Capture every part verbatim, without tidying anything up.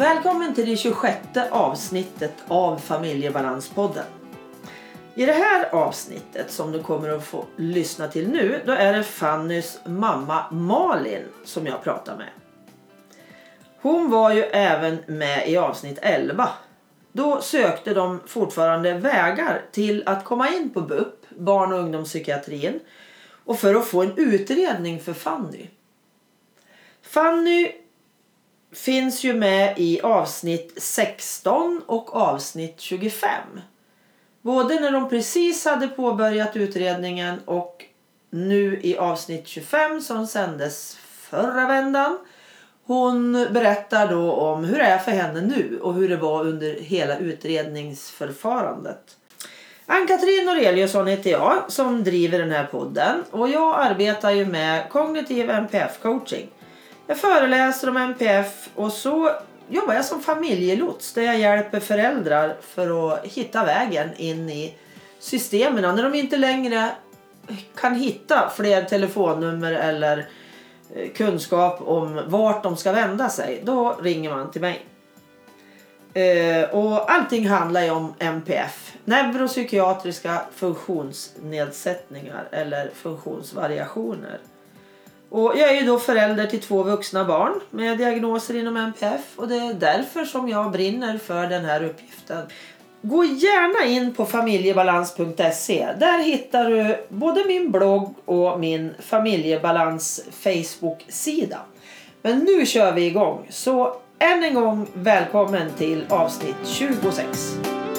Välkommen till det tjugosjätte avsnittet av Familjebalanspodden. I det här avsnittet som du kommer att få lyssna till nu, då är det Fannys mamma Malin som jag pratar med. Hon var ju även med i avsnitt elva. Då sökte de fortfarande vägar till att komma in på B U P, barn- och ungdomspsykiatrin, och för att få en utredning för Fanny. Fanny finns ju med i avsnitt sexton och avsnitt tjugofem. Både när de precis hade påbörjat utredningen och nu i avsnitt tjugofem som sändes förra vändan. Hon berättar då om hur det är för henne nu och hur det var under hela utredningsförfarandet. Ann-Katrin Noreliusson heter jag som driver den här podden, och jag arbetar ju med kognitiv N P F-coaching. Jag föreläser om N P F och så jobbar jag som familjelots där jag hjälper föräldrar för att hitta vägen in i systemen när de inte längre kan hitta fler telefonnummer eller kunskap om vart de ska vända sig. Då ringer man till mig. Eh, och allting handlar ju om N P F. Neuropsykiatriska funktionsnedsättningar eller funktionsvariationer. Och jag är ju då förälder till två vuxna barn med diagnoser inom N P F. Och det är därför som jag brinner för den här uppgiften. Gå gärna in på familjebalans punkt se. Där hittar du både min blogg och min familjebalans Facebook-sida. Men nu kör vi igång. Så än en gång välkommen till avsnitt tjugosex.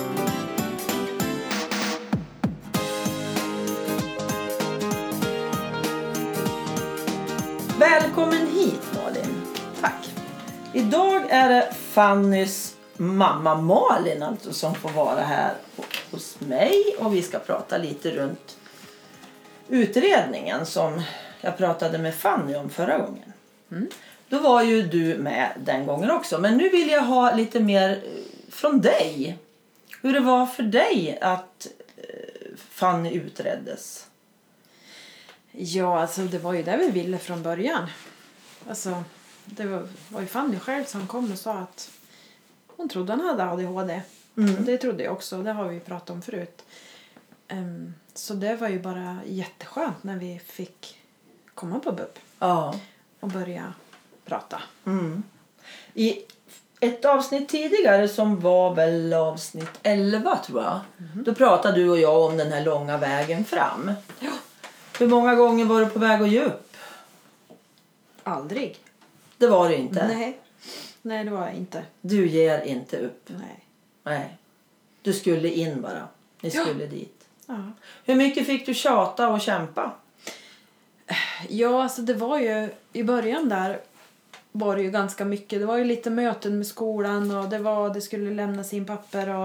Välkommen hit, Malin. Tack. Idag är det Fannys mamma Malin alltså som får vara här hos mig, och vi ska prata lite runt utredningen som jag pratade med Fanny om förra gången. Mm. Då var ju du med den gången också, men nu vill jag ha lite mer från dig. Hur det var för dig att Fanny utreddes. Ja, alltså det var ju det vi ville från början. Alltså, det var, var ju Fanny själv som kom och sa att hon trodde han hade A D H D. Mm. Och det trodde jag också, det har vi pratat om förut. Um, så det var ju bara jätteskönt när vi fick komma på B U P. Ja. Och börja prata. Mm. I ett avsnitt tidigare som var väl avsnitt elva tror jag. Mm. Då pratade du och jag om den här långa vägen fram. Ja. Hur många gånger var du på väg att ge upp? Aldrig. Det var du inte? Nej. Nej, det var jag inte. Du ger inte upp? Nej. Nej. Du skulle in bara. Ni skulle ja. dit. Ja. Hur mycket fick du tjata och kämpa? Ja, alltså det var ju i början där var det ju ganska mycket. Det var ju lite möten med skolan och det var det skulle lämnas in papper och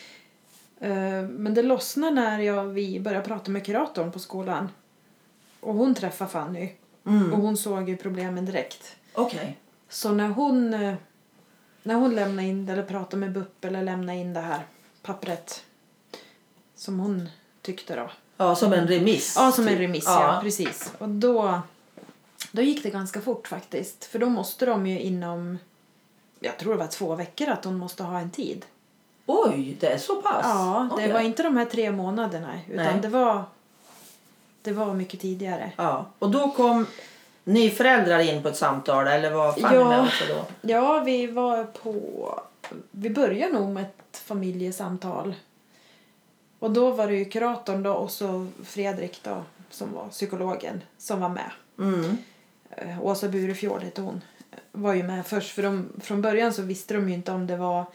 uh, men det lossnade när jag vi började prata med kuratorn på skolan. Och hon träffade Fanny. Mm. Och hon såg ju problemen direkt. Okej. Okay. Så när hon när hon lämnade in eller pratade med B U P eller lämnade in det här pappret som hon tyckte då. Ja, som en remiss. Ja, som en remiss, ja, ja precis. Och då då gick det ganska fort faktiskt. För då måste de ju inom, jag tror det var två veckor att hon måste ha en tid. Oj, det är så pass? Ja, det okay. var inte de här tre månaderna. Utan Nej. det var det var mycket tidigare. Ja, och då kom ni föräldrar in på ett samtal, eller vad fan ja, med också då? Ja, vi var på, vi började nog med ett familjesamtal. Och då var det ju kuratorn då och så Fredrik då, som var psykologen, som var med. Mm. Åsa Burefjord hette hon. Var ju med först, för de, från början så visste de ju inte om det var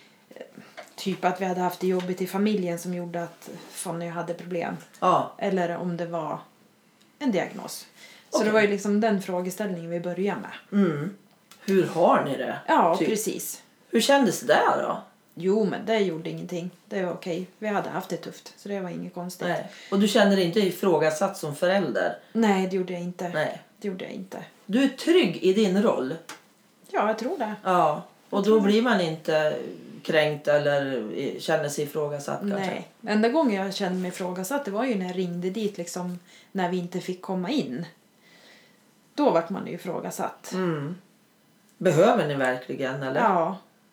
typ att vi hade haft det jobbigt i familjen som gjorde att Fanny hade problem. Ja. Eller om det var en diagnos. Så okay. Det var ju liksom den frågeställningen vi började med. Mm. Hur har ni det? Ja, typ. Precis. Hur kändes det där då? Jo, men det gjorde ingenting. Det var okej. Vi hade haft det tufft, så det var inget konstigt. Nej. Och du kände dig inte ifrågasatt som förälder? Nej, det gjorde jag inte. Nej. Det gjorde jag inte. Du är trygg i din roll? Ja, jag tror det. Ja, och jag då blir man inte kränkt eller känner sig ifrågasatt kanske? Nej, enda gången jag kände mig ifrågasatt det var ju när jag ringde dit liksom när vi inte fick komma in. Då vart man ju ifrågasatt. Mm. Behöver ni verkligen eller? Ja,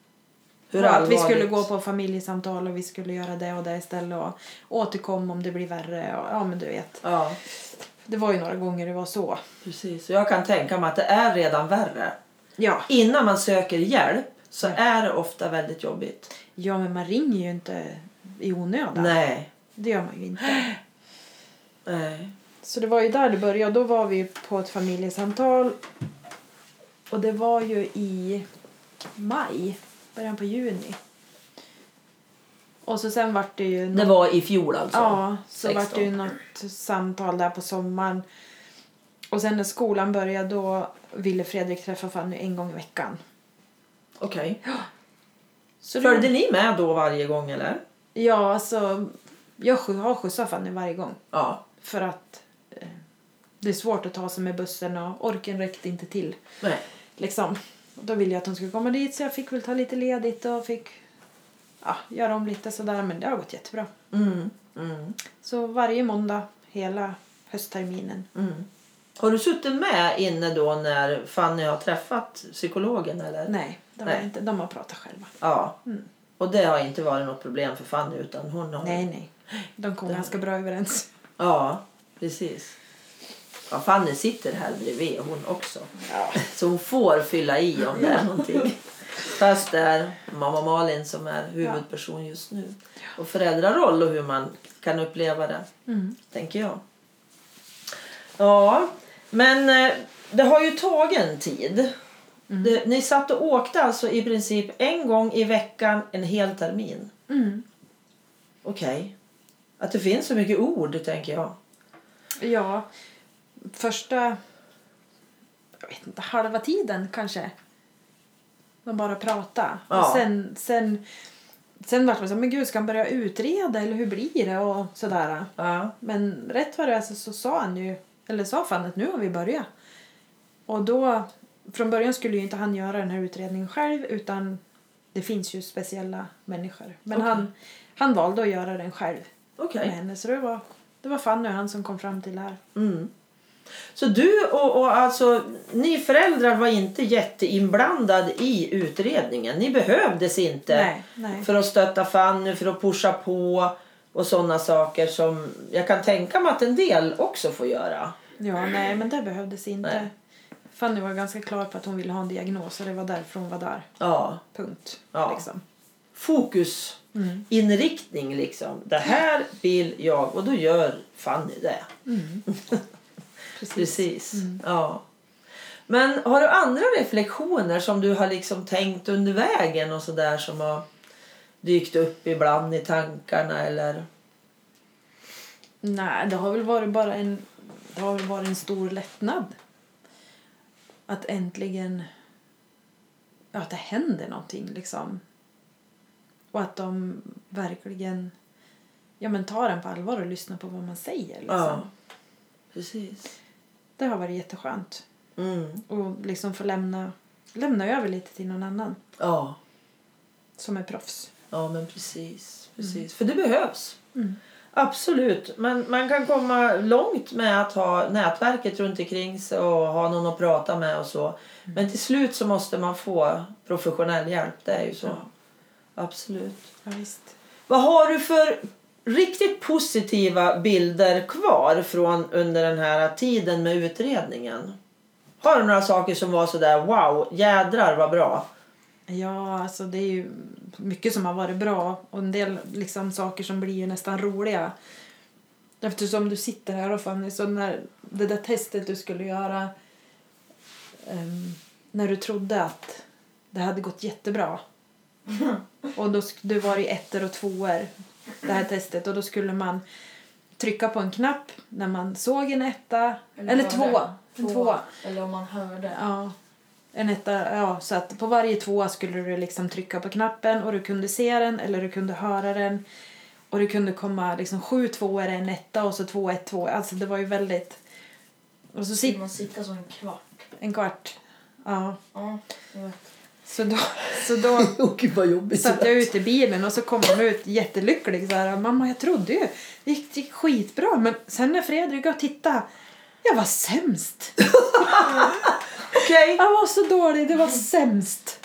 Hur att allvarligt? vi skulle gå på familjesamtal och vi skulle göra det och det istället och återkomma om det blir värre. Och, ja, men du vet. Ja, Det var ju några gånger det var så. precis. Och jag kan tänka mig att det är redan värre. Ja. Innan man söker hjälp så Ja. är det ofta väldigt jobbigt. Ja, men man ringer ju inte i onödan. Nej. Det gör man ju inte. Nej. Så det var ju där det började. Och då var vi på ett familjesamtal. Och det var ju i maj. Början på juni. Och så sen var det ju... Det var i fjol alltså? Ja, så sexton. var det ju något samtal där på sommaren. Och sen när skolan började då ville Fredrik träffa Fanny en gång i veckan. Okej. Okay. Så Följde det... ni med då varje gång eller? Ja, alltså... Jag har skjutsat Fanny varje gång. Ja. För att eh, det är svårt att ta sig med bussen och orken räckte inte till. Nej. Liksom. Och då ville jag att hon skulle komma dit så jag fick väl ta lite ledigt och fick ja, göra om lite sådär. Men det har gått jättebra. Mm. Mm. Så varje måndag hela höstterminen. Mm. Har du suttit med inne då när Fanny har träffat psykologen eller? Nej, de, Nej. Har, inte, de har pratat själva. Ja. Mm. Och det har inte varit något problem för Fanny utan hon har... Nej, nej. De kom Det- ganska bra överens. Ja, precis. Ja, Fanny sitter här bredvid hon också. Ja. Så hon får fylla i om det är någonting. Fast det är mamma Malin som är huvudperson just nu. Och föräldraroll och hur man kan uppleva det, Mm. tänker jag. Ja, men eh, det har ju tagit en tid. Mm. Det, ni satt och åkte alltså i princip en gång i veckan en hel termin. Mm. Okej. Att det finns så mycket ord, tänker jag. Ja, första jag vet inte, halva tiden kanske. De bara prata. Ja. Och sen, sen, sen var det så men gud, ska han börja utreda eller hur blir det och sådär. Ja. Men rätt vad det är så, så sa han ju, eller sa fan att nu har vi börjat. Och då, från början skulle ju inte han göra den här utredningen själv utan det finns ju speciella människor. Men Okej. han, han valde att göra den själv Okej. med henne. Så det var, det var Fanny och han som kom fram till det här. Mm. Så du och, och alltså ni föräldrar var inte jätteinblandade i utredningen. Ni behövdes inte Nej, nej. för att stötta Fanny, för att pusha på och sådana saker som jag kan tänka mig att en del också får göra. Ja, nej, men det behövdes inte. Nej. Fanny var ganska klar på att hon ville ha en diagnos och det var därför hon var där. Ja, Punkt. Ja. Liksom. fokus, Mm. inriktning liksom. Det här vill jag och då gör Fanny det. Mm. Precis. Precis. Mm. Ja. Men har du andra reflektioner som du har liksom tänkt under vägen och sådär som har dykt upp ibland i tankarna eller? Nej, det har väl varit bara en, det har väl varit en stor lättnad. Att äntligen, ja, att det händer någonting liksom. Och att de verkligen, ja, men tar en på allvar och lyssnar på vad man säger liksom. Ja. Precis. Det har varit jätteskönt. Mm. Och liksom få lämna, lämna över lite till någon annan Ja. som är proffs. Ja, men precis. Precis. Mm. För det behövs. Mm. Absolut. Man, man kan komma långt med att ha nätverket runt omkring sig och ha någon att prata med och så. Mm. Men till slut så måste man få professionell hjälp. Det är ju så. Ja. Absolut. Ja, visst. Vad har du för riktigt positiva bilder kvar från under den här tiden med utredningen? Har du några saker som var så där, wow, jädrar vad bra? Ja, alltså det är ju mycket som har varit bra. Och en del liksom saker som blir ju nästan roliga. Eftersom du sitter här och Fanny, så när det där testet du skulle göra. Um, när du trodde att det hade gått jättebra. Och då sk- du var i ettor och tvåor det här testet. Och då skulle man trycka på en knapp när man såg en etta. Eller, eller två. En två. Eller om man hörde. Ja. En etta, ja, så att på varje tvåa skulle du liksom trycka på knappen och du kunde se den eller du kunde höra den. Och det kunde komma liksom sju tvåor en etta och så två ett två. Alltså det var ju väldigt. Och så Så sit man sitter som en kvart. en kvart. Ja. Ja, jag vet. Så då så då Åh, gud vad jobbigt. satt jag ut i bilen och så kom hon ut jättelycklig så här, mamma, jag trodde ju det gick, det gick skitbra, men sen när Fredrik och titta, jag var sämst. Okej. Jag var så dålig, det var sämst.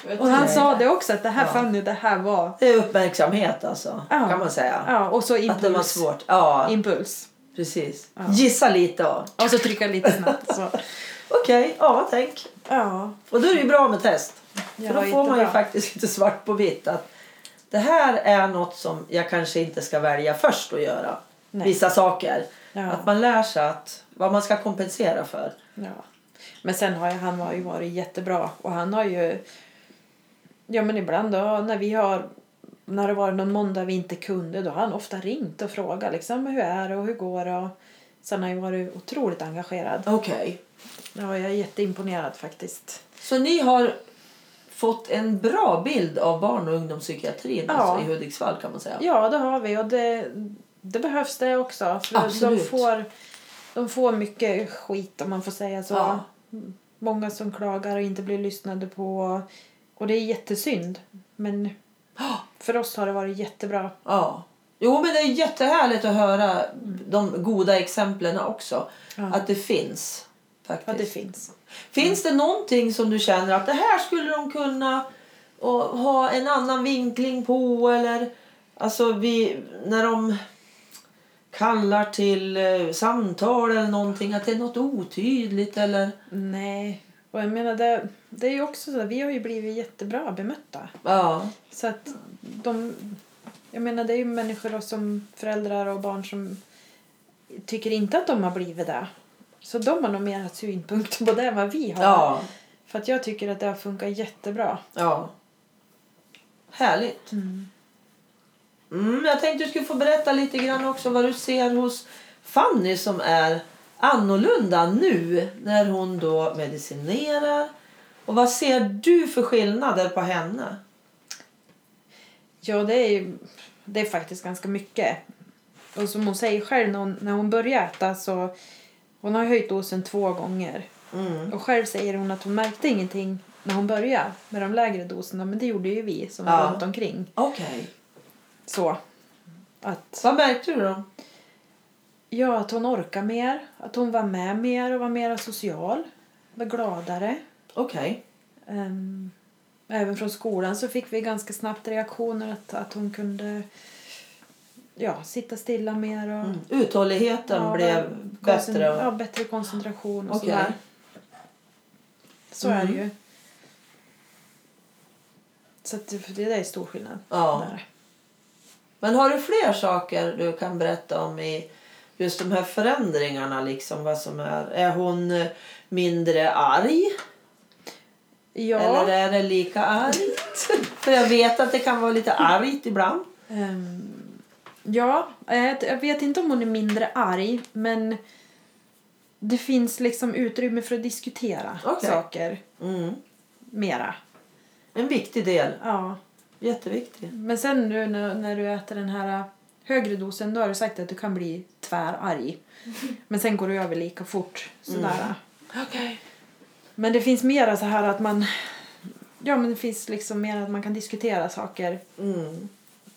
Och han sa det också, att det här Ja. Fanny, det här var... Det är uppmärksamhet alltså, Ja. kan man säga. Ja, och så Att det var impuls. svårt. Ja, Impuls. precis. Ja. Gissa lite då. Och så trycka lite snabbt. Så. Okej, ja, tänk. Ja. Och då är det ju bra med test. Ja, För då får man ju jättebra. faktiskt lite svart på vitt att det här är något som jag kanske inte ska välja först att göra. Nej. Vissa saker. Ja. Att man lär sig att, vad man ska kompensera för. Ja. Men sen har ju, han har ju varit jättebra. Och han har ju... Ja, men ibland då när vi har... När det var någon måndag vi inte kunde, då har han ofta ringt och frågat liksom, hur är det och hur går det. Och sen har han ju varit otroligt engagerad. Okej. Ja, jag är jätteimponerad faktiskt. Så ni har fått en bra bild av barn- och ungdomspsykiatrin Ja. alltså, i Hudiksvall kan man säga. Ja, det har vi. Och det, det behövs det också. För de Absolut. får, de får mycket skit, om man får säga så. Ja. Många som klagar och inte blir lyssnade på. Och det är jättesynd. Men för oss har det varit jättebra. Ja. Jo, men det är jättehärligt att höra de goda exemplen också. Ja. Att det finns. Faktiskt. Ja, det finns. Finns det någonting som du känner att det här skulle de kunna och ha en annan vinkling på? Eller alltså vi, när de kallar till eh, samtal eller någonting, att det är något otydligt eller... Nej. Och jag menar, det, det är ju också så att vi har ju blivit jättebra bemötta. Ja. Så att de... Jag menar, det är ju människor då som föräldrar och barn som tycker inte att de har blivit det. Så de har nog mer haft synpunkter på det än vad vi har. Ja. För att jag tycker att det har funkat jättebra. Ja. Härligt. Mm. Mm, jag tänkte du skulle få berätta lite grann också vad du ser hos Fanny som är annorlunda nu när hon då medicinerar. Och vad ser du för skillnader på henne? Ja, det är ju, det är faktiskt ganska mycket. Och som hon säger själv när hon, när hon börjar äta så... Hon har höjt dosen två gånger. Mm. Och själv säger hon att hon märkte ingenting när hon började med de lägre doserna. Men det gjorde ju vi som var Ja. runt omkring. Okej. Så. Att, Vad märkte du då? ja, att hon orkar mer. Att hon var med mer och var mer social. Var gladare. Okej. Um, även från skolan så fick vi ganska snabbt reaktioner. Att, att hon kunde ja, sitta stilla mer. Och, Mm. Uthålligheten ja, blev koncent- bättre. Och... Ja, bättre koncentration och Okej. sådär. Så är det Mm. ju. Så att det, det är stor skillnad. Ja. Där. Men har du fler saker du kan berätta om i just de här förändringarna? Liksom, vad som är? Är hon eh, mindre arg? Ja. Eller är det lika argt? För jag vet att det kan vara lite argt ibland. Ehm, ja, jag, jag vet inte om hon är mindre arg, men det finns liksom utrymme för att diskutera Okej. saker Mm. mera. En viktig del. Ja. Jätteviktig. Men sen nu när, när du äter den här högre dosen, då har du sagt att du kan bli tvärarg. Men sen går du över lika fort. Sådär. Okej. Men det finns mera så här att man... Ja, men det finns liksom mer att man kan diskutera saker. Mm.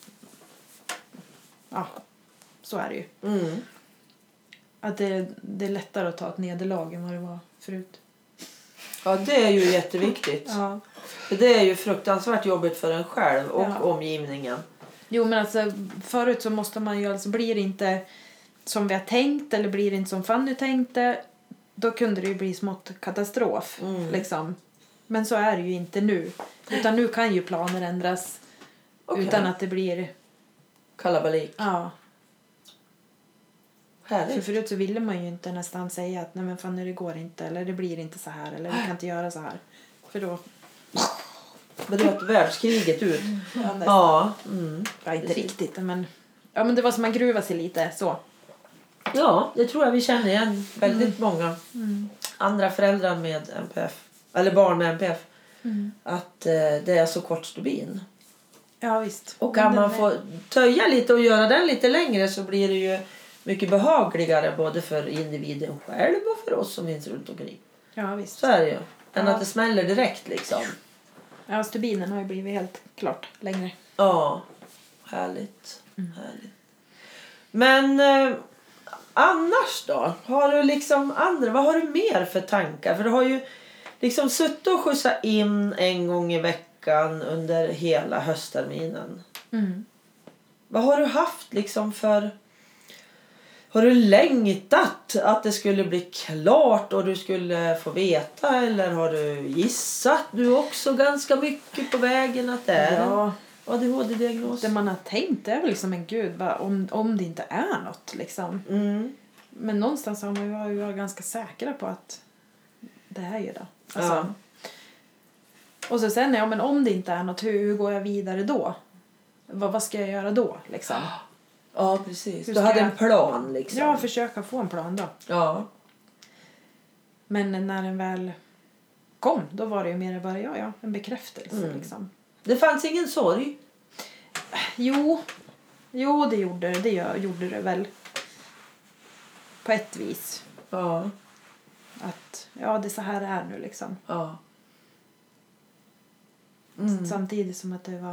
Ja, så är det ju. Mm. Att det, det är lättare att ta ett nederlag än vad det var förut. Ja, det är ju jätteviktigt. Ja. För det är ju fruktansvärt jobbigt för en själv och Ja. omgivningen. Jo, men alltså förut så måste man ju alltså, blir det inte som vi har tänkt eller blir det inte som Fanny tänkte, då kunde det ju bli smått katastrof. Mm. Liksom. Men så är det ju inte nu. Utan nu kan ju planer ändras Okej. utan att det blir... Kalabalik. Ja. För Härligt. förut så ville man ju inte nästan säga att nej men Fanny, det går inte eller det blir inte så här eller vi kan inte göra så här. För då... Bröt världskriget ut. Ja, nästan. Ja. Mm. Ja, inte Precis. riktigt men... Ja, men det var som man gruvade sig lite så. Ja, det tror jag vi känner igen väldigt många Mm. andra föräldrar med N P F. Eller barn med N P F. Mm. Att eh, det är så kort stubin. Ja, visst. Och Men kan den man är- få töja lite och göra den lite längre så blir det ju mycket behagligare både för individen själv och för oss som finns runt omkring. Ja, visst. Så är det ju. Än Ja. att det smäller direkt liksom. Ja, stubinen har ju blivit helt klart längre. Ja, härligt. Mm. härligt. Men eh, annars då? Har du liksom andra, vad har du mer för tankar? För du har ju liksom suttit och skjutsat in en gång i veckan veckan under hela höstterminen. Mm. Vad har du haft liksom för... Har du längtat att det skulle bli klart och du skulle få veta? Eller har du gissat du också ganska mycket på vägen att det är Ja, en A D H D-diagnos? det man har tänkt är väl liksom en gud, bara, om, om det inte är något liksom. Mm. Men någonstans har man ju varit, varit ganska säkra på att det är ju det. Alltså, Ja. Och så sen, ja men om det inte är något, hur, hur går jag vidare då? Vad, vad ska jag göra då liksom? Ja, precis. Hur Du ska hade jag- en plan liksom. Ja, försöka få en plan då. Ja. Men när den väl kom, då var det ju mer bara ja, ja, en bekräftelse Mm. liksom. Det fanns ingen sorg. Jo, jo det gjorde det, det gör- gjorde det väl. På ett vis. Ja. Att ja, det är så här det är nu liksom. Ja. Mm. Samtidigt som att det var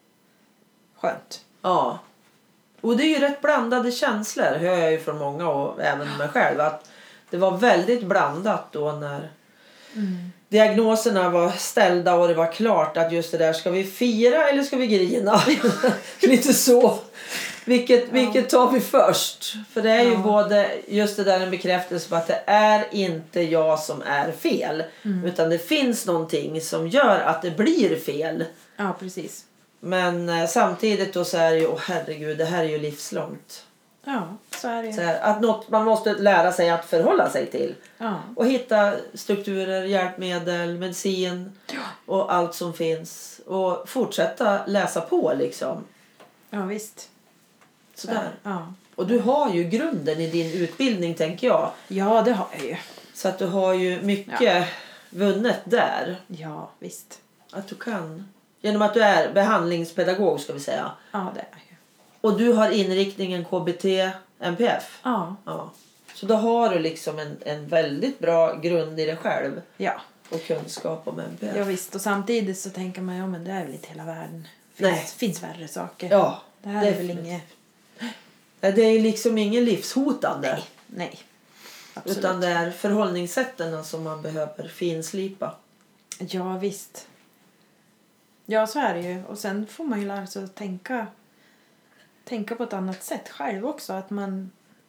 skönt. Ja. Och det är ju rätt blandade känslor, hör jag ju från många och även mig själv. Att det var väldigt blandat då när diagnoserna var ställda och det var klart att just det där, ska vi fira eller ska vi grina? Lite så. Vilket, vilket tar vi först? För det är ju Ja. både just det där en bekräftelse på att det är inte jag som är fel. Mm. Utan det finns någonting som gör att det blir fel. Ja, precis. Men eh, samtidigt då så är det ju, åh herregud, det här är ju livslångt. Ja, så är det Så ju. här, att något man måste lära sig att förhålla sig till. Ja. Och hitta strukturer, hjälpmedel, medicin och allt som finns. Och fortsätta läsa på liksom. Ja, visst. Sådär. Ja. Och du har ju grunden i din utbildning, tänker jag. Ja, det har jag ju. Så att du har ju mycket vunnet där. Ja, visst. Att du kan. Genom att du är behandlingspedagog, ska vi säga. Ja, det är jag ju. Och du har inriktningen K B T M P F. Ja. Ja. Så då har du liksom en, en väldigt bra grund i dig själv. Ja. Och kunskap om M P F. Ja, visst. Och samtidigt så tänker man, ja men det är väl inte hela världen. Nej. Finns, finns värre saker. Ja, Det här är väl definitivt. inget... Ja, det är liksom ingen livshotande. Nej, nej. Absolut. Utan det är förhållningssätten som man behöver finslipa. Ja, visst. Ja, så är det ju. Och sen får man ju lära sig att tänka, tänka på ett annat sätt själv också. Att man...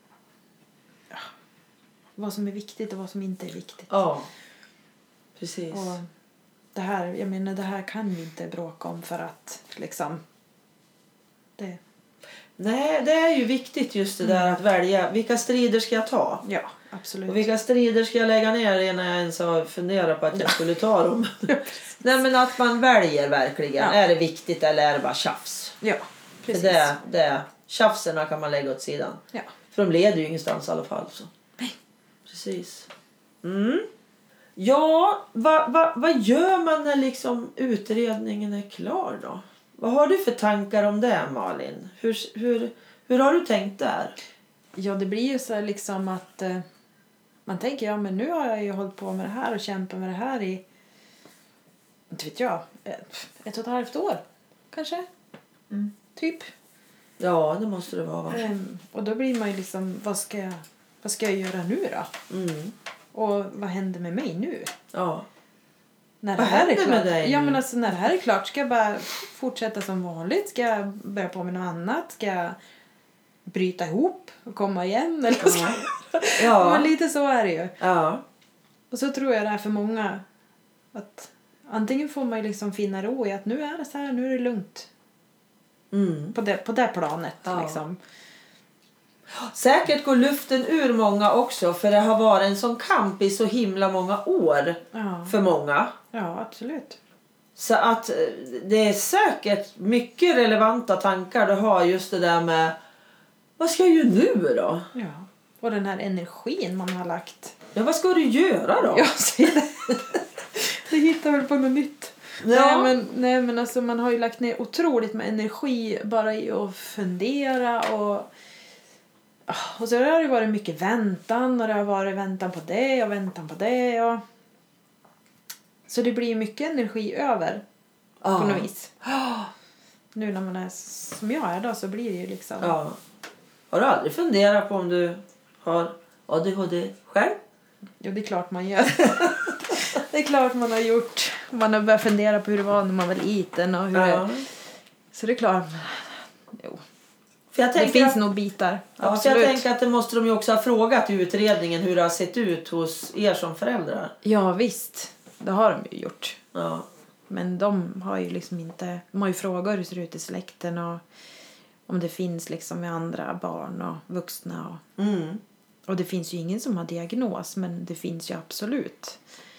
Ja, vad som är viktigt och vad som inte är viktigt. Ja, precis. Och det här, jag menar, det här kan vi inte bråka om för att liksom... Det, Nej, det är ju viktigt just det där att välja. Vilka strider ska jag ta? ja, absolut. Och vilka strider ska jag lägga ner innan jag ens har funderat på att jag skulle ta dem? Nej, men att man väljer verkligen. Ja. Är det viktigt eller är det bara tjafs? Ja, För precis. det, det, tjafserna kan man lägga åt sidan. Ja. För de leder ju ingenstans i alla fall. Så. Nej. Precis. Mm. Ja, vad va, vad gör man när liksom utredningen är klar då? Vad har du för tankar om det, Malin? Hur, hur, hur har du tänkt där? Ja, det blir ju så här liksom att eh, man tänker, ja men nu har jag ju hållit på med det här och kämpat med det här i, inte vet jag, ett, ett och ett halvt år kanske, Mm. typ. Ja, det måste det vara, va? Ehm, och då blir man ju liksom, vad ska jag, vad ska jag göra nu då? Mm. Och vad händer med mig nu? Ja. När Vad det här är händer med klart. dig Ja, nu? men alltså när det här är klart, ska jag bara fortsätta som vanligt? Ska jag börja på med något annat? Ska jag bryta ihop och komma igen? Eller vad ska jag Ja. Ja. Ja. Men lite så är det ju. Ja. Och så tror jag det är för många att antingen får man ju liksom finna ro i att nu är det så här, nu är det lugnt. Mm. På det, på det planet Ja. liksom. Säkert går luften ur många också. För det har varit en sån kamp i så himla många år. Ja. För många. Ja, absolut. Så att eh, det är säkert mycket relevanta tankar du har just det där med vad ska jag göra nu då? Ja. Och den här energin man har lagt. Ja, vad ska du göra då? Jag ser det. Det hittar väl på något nytt. Ja. Nej, men, nej men alltså man har ju lagt ner otroligt med energi bara i att fundera och och så har det varit mycket väntan och det har varit väntan på det och väntan på det och så det blir mycket energi över Ja. på något vis. Nu när man är som jag är då så blir det ju liksom Ja. Har du aldrig funderat på om du har A D H D själv? jo det är klart man gör. Det är klart man har gjort. Man har börjat fundera på hur det var när man var liten. Och hur Ja. det, så det är klart. Jo. För jag Det tänker finns att, nog bitar. ja, för Absolut. jag tänker att det måste de ju också ha frågat i utredningen hur det har sett ut hos er som föräldrar. Ja, visst. Det har de ju gjort. Ja. Men de har ju liksom inte... De har ju frågat hur det ser ut i släkten och om det finns liksom med andra barn och vuxna. Och, Mm. och det finns ju ingen som har diagnos, men det finns ju absolut.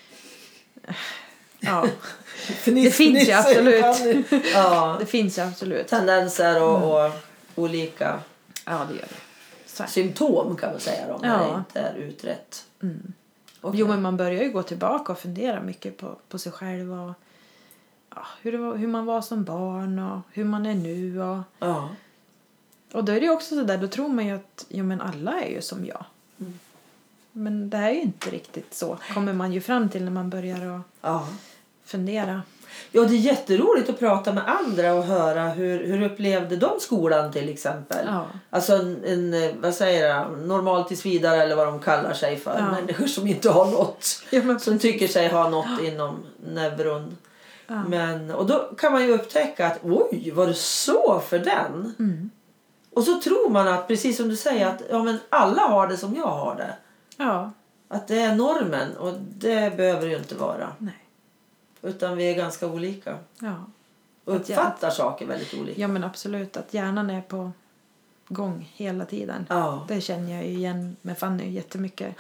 Ja, det finns ju absolut. Ja. Det finns ju absolut. Tendenser och, och olika Ja, det gör det. Så här. symptom kan man säga om Ja. det inte är utrett. Mm. Okej. Jo, men man börjar ju gå tillbaka och fundera mycket på, på sig själv och ja, hur, det var, hur man var som barn och hur man är nu. Och, Ja. och då är det ju också så där, då tror man ju att jo, men alla är ju som jag. Mm. Men det är ju inte riktigt så. Kommer man ju fram till när man börjar att Ja. fundera. Ja, det är jätteroligt att prata med andra och höra hur, hur upplevde de skolan till exempel. Ja. Alltså en, en, vad säger jag, normal tills vidare eller vad de kallar sig för. Ja. Människor som inte har något. Ja, men Som tycker sig ha något inom neuron. Ja. Men, och då kan man ju upptäcka att oj, var det så för den? Mm. Och så tror man att, precis som du säger, att ja, men alla har det som jag har det. Ja. Att det är normen och det behöver ju inte vara. Nej. Utan vi är ganska olika. Ja. Och Att jag- uppfattar saker väldigt olika. Ja, men absolut. Att hjärnan är på gång hela tiden. Ja. Det känner jag ju igen med Fanny jättemycket.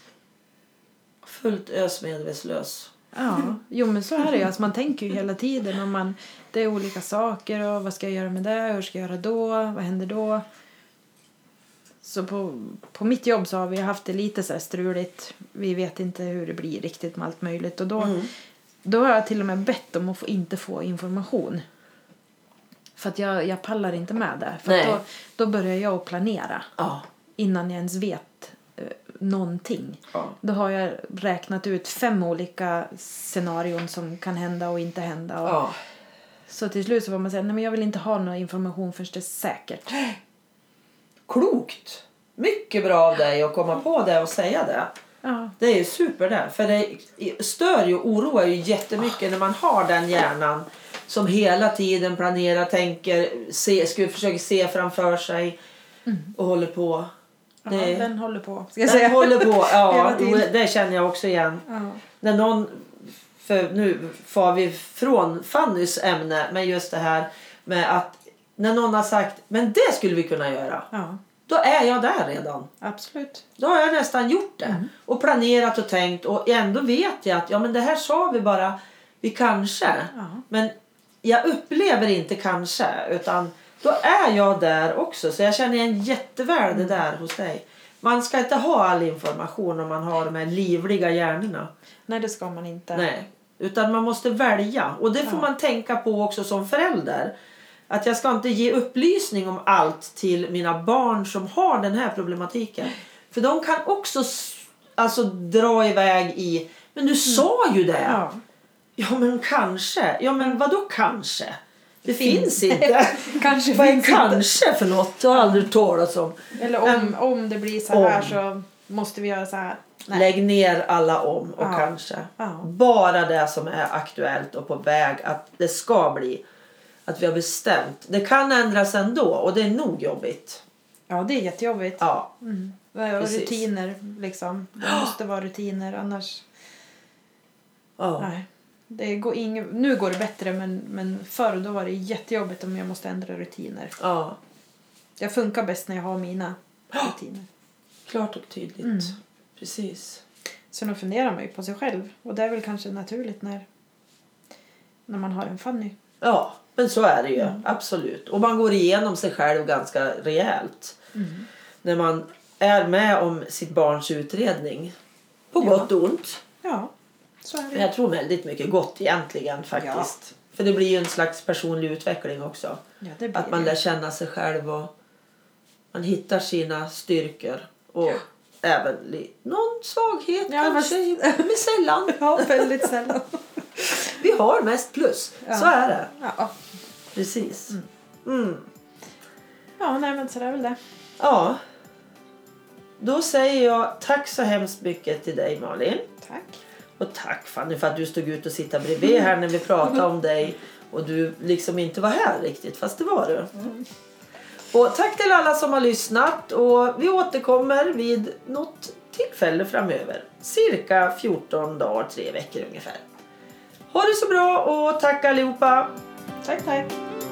Fullt ösmedvetslös. Ja, jo men så är det ju. Alltså, man tänker ju hela tiden om man, det är olika saker och vad ska jag göra med det, hur ska jag göra då, vad händer då. Så på, på mitt jobb så har vi haft det lite så här struligt. Vi vet inte hur det blir riktigt med allt möjligt. Och då, Mm. då har jag till och med bett om att få inte få information. För att jag, jag pallar inte med det. För att Nej. då, då börjar jag att planera Ja. innan jag ens vet eh, någonting. Ja. Då har jag räknat ut fem olika scenarion som kan hända och inte hända. Och Ja. så till slut så var man säga, nej men jag vill inte ha någon information förrän det är säkert. Klokt. Mycket bra av dig att komma på det och säga det. Ja, Det är ju super det. För det stör ju och oroar ju jättemycket när man har den hjärnan som hela tiden planerar, tänker, se, skulle försöka se framför sig och håller på. ja Det- den håller på. Ska jag Den säga. håller på. Ja, Hela tiden. det känner jag också igen. Ja. När någon, för nu får vi från Fannys ämne, men just det här med att när någon har sagt, men det skulle vi kunna göra. Ja, Då är jag där redan. absolut. Då har jag nästan gjort det. Mm. Och planerat och tänkt. Och ändå vet jag att ja, men det här sa vi bara. Vi kanske. Ja. Men jag upplever inte kanske. Utan då är jag där också. Så jag känner igen jätteväl det där hos dig. Man ska inte ha all information om man har de här livliga hjärnorna. Nej, det ska man inte. Nej. Utan man måste välja. Och det får Ja. man tänka på också som förälder. Att jag ska inte ge upplysning om allt till mina barn som har den här problematiken. För de kan också s- alltså, dra iväg i, men du sa ju det. Ja. Ja men kanske. Ja men vadå kanske? Det Finns. finns, inte. Kanske Vad är finns inte. kanske för något? Jag har aldrig talat om. Eller om, Um, om det blir så här om. så måste vi göra så här. Nej. Lägg ner alla om och Ja. kanske. Ja. Bara det som är aktuellt och på väg att det ska bli. Att vi har bestämt. Det kan ändras ändå och det är nog jobbigt. Ja, det är jättejobbigt. Ja. Mm. Och Precis. rutiner liksom. Det måste vara rutiner annars. Ja. Nej. Det går ing... Nu går det bättre men, men förr då var det jättejobbigt om jag måste ändra rutiner. Ja. Jag funkar bäst när jag har mina rutiner. Klart och tydligt. Mm. Precis. Så då funderar man ju på sig själv. Och det är väl kanske naturligt när, när man har en Fanny. Ja, men så är det ju. Mm. Absolut. Och man går igenom sig själv ganska rejält. Mm. När man är med om sitt barns utredning. På Ja. gott och ont. Ja, så är Men det. jag tror väldigt mycket gott egentligen faktiskt. För det blir ju en slags personlig utveckling också. Ja, det blir Att man det. lär känna sig själv och man hittar sina styrkor. Och Ja. även li- någon svaghet Ja, kanske. Men sällan. Ja, väldigt sällan. Vi har mest plus. Ja. Så är det. Ja, Precis. Mm. ja nej men så är väl det. Ja. Då säger jag tack så hemskt mycket till dig Malin. Tack. Och tack Fanny för att du stod ut och sitta bredvid här när vi pratade om dig. Och du liksom inte var här riktigt, fast det var du. Mm. Och tack till alla som har lyssnat. Och vi återkommer vid något tillfälle framöver. Cirka fjorton dagar, tre veckor ungefär. Ha det så bra och tack allihopa. Tack, tack.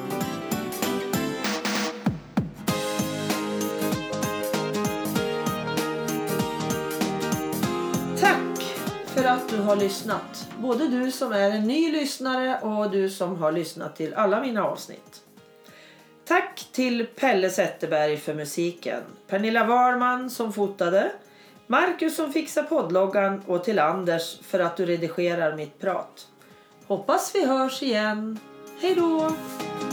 Tack för att du har lyssnat. Både du som är en ny lyssnare och du som har lyssnat till alla mina avsnitt. Tack till Pelle Zetterberg för musiken. Pernilla Warman som fotade. Marcus som fixar poddloggan och till Anders för att du redigerar mitt prat. Hoppas vi hörs igen. Hej då!